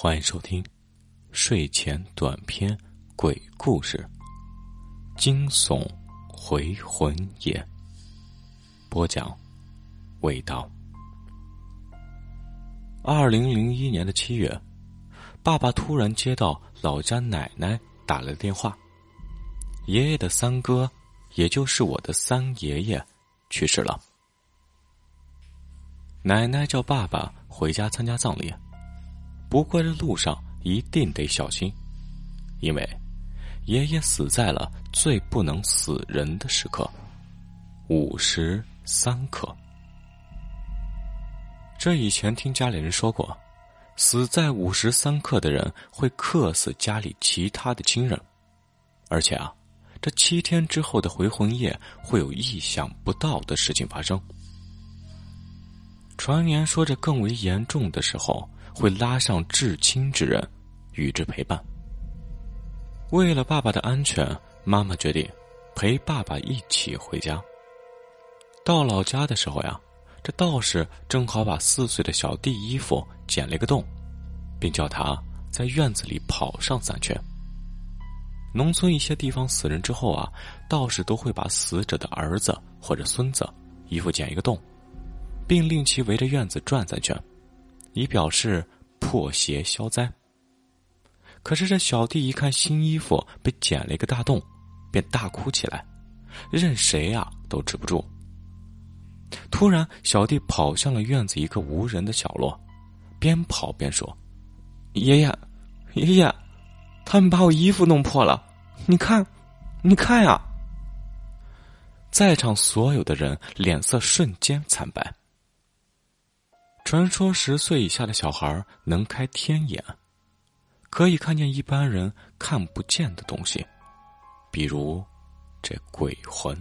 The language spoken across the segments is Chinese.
欢迎收听睡前短篇鬼故事，惊悚回魂夜。播讲味道。2001年的7月，爸爸突然接到老家奶奶打来的电话，爷爷的三哥，也就是我的三爷爷去世了。奶奶叫爸爸回家参加葬礼，不过这路上一定得小心，因为爷爷死在了最不能死人的时刻，53刻。这以前听家里人说过，死在53刻的人会克死家里其他的亲人，而且这7天之后的回魂夜会有意想不到的事情发生。传言说这更为严重的时候会拉上至亲之人与之陪伴。为了爸爸的安全，妈妈决定陪爸爸一起回家。到老家的时候这道士正好把4岁的小弟衣服剪了一个洞，并叫他在院子里跑上3圈。农村一些地方死人之后道士都会把死者的儿子或者孙子衣服剪一个洞，并令其围着院子转3圈，以表示破邪消灾。可是这小弟一看新衣服被剪了一个大洞，便大哭起来，任谁都止不住。突然小弟跑向了院子一个无人的角落，边跑边说：爷爷，他们把我衣服弄破了，你看在场所有的人脸色瞬间惨白。传说10岁以下的小孩能开天眼，可以看见一般人看不见的东西，比如这鬼魂。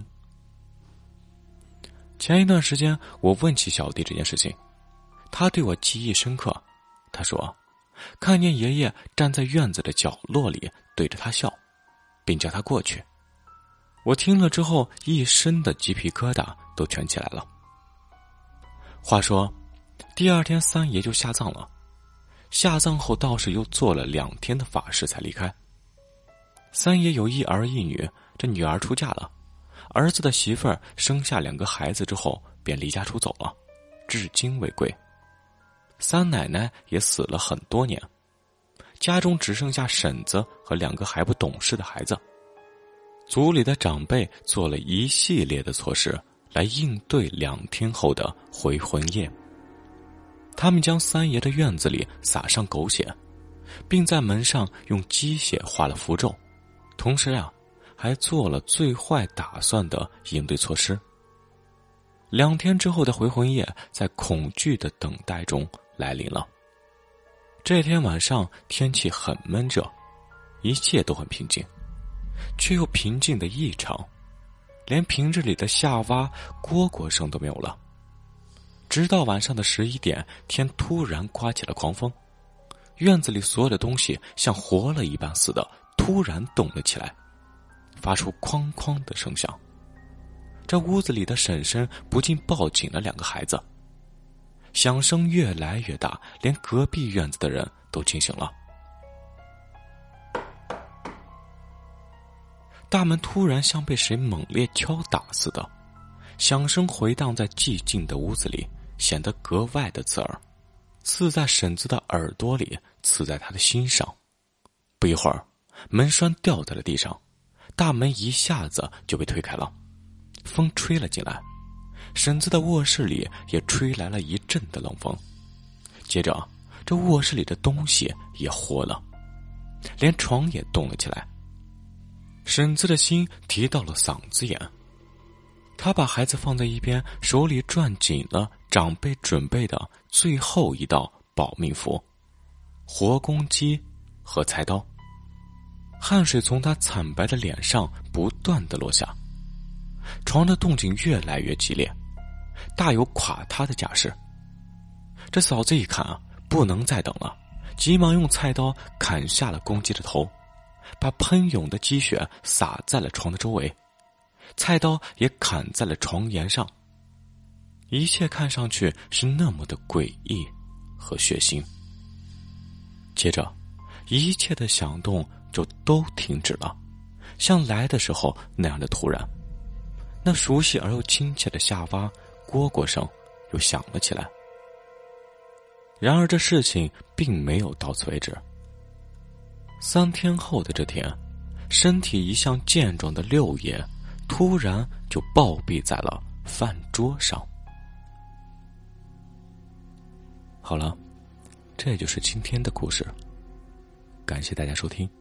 前一段时间我问起小弟这件事情，他对我记忆深刻。他说看见爷爷站在院子的角落里对着他笑，并叫他过去。我听了之后一身的鸡皮疙瘩都全起来了。话说第2天三爷就下葬了，下葬后道士又做了2天的法事才离开。三爷有1儿1女，这女儿出嫁了，儿子的媳妇儿生下2个孩子之后便离家出走了，至今未归。三奶奶也死了很多年，家中只剩下婶子和2个还不懂事的孩子。族里的长辈做了一系列的措施来应对2天后的回魂夜。他们将三爷的院子里撒上狗血，并在门上用鸡血画了符咒，同时还做了最坏打算的应对措施。2天之后的回魂夜在恐惧的等待中来临了。这天晚上天气很闷热，一切都很平静，却又平静的异常，连平日里的夏娃蝈蝈声都没有了。直到晚上的11点，天突然刮起了狂风，院子里所有的东西像活了一般似的突然动了起来，发出哐哐的声响。这屋子里的婶婶不禁抱紧了2个孩子，响声越来越大，连隔壁院子的人都惊醒了。大门突然像被谁猛烈敲打似的，响声回荡在寂静的屋子里，显得格外的刺耳，刺在婶子的耳朵里，刺在她的心上。不一会儿，门栓掉在了地上，大门一下子就被推开了，风吹了进来，婶子的卧室里也吹来了一阵的冷风。接着这卧室里的东西也活了，连床也动了起来。婶子的心提到了嗓子眼，她把孩子放在一边，手里攥紧了长辈准备的最后一道保命符——活公鸡和菜刀。汗水从她惨白的脸上不断地落下，床的动静越来越激烈，大有垮塌的架势。这嫂子一看不能再等了，急忙用菜刀砍下了公鸡的头，把喷涌的鸡血洒在了床的周围，菜刀也砍在了床沿上。一切看上去是那么的诡异和血腥。 接着，一切的响动就都停止了，像来的时候那样的突然。那熟悉而又亲切的下蛙蝈蝈声又响了起来。然而这事情并没有到此为止。3天后的这天，身体一向健壮的六爷突然就暴毙在了饭桌上。好了，这就是今天的故事，感谢大家收听。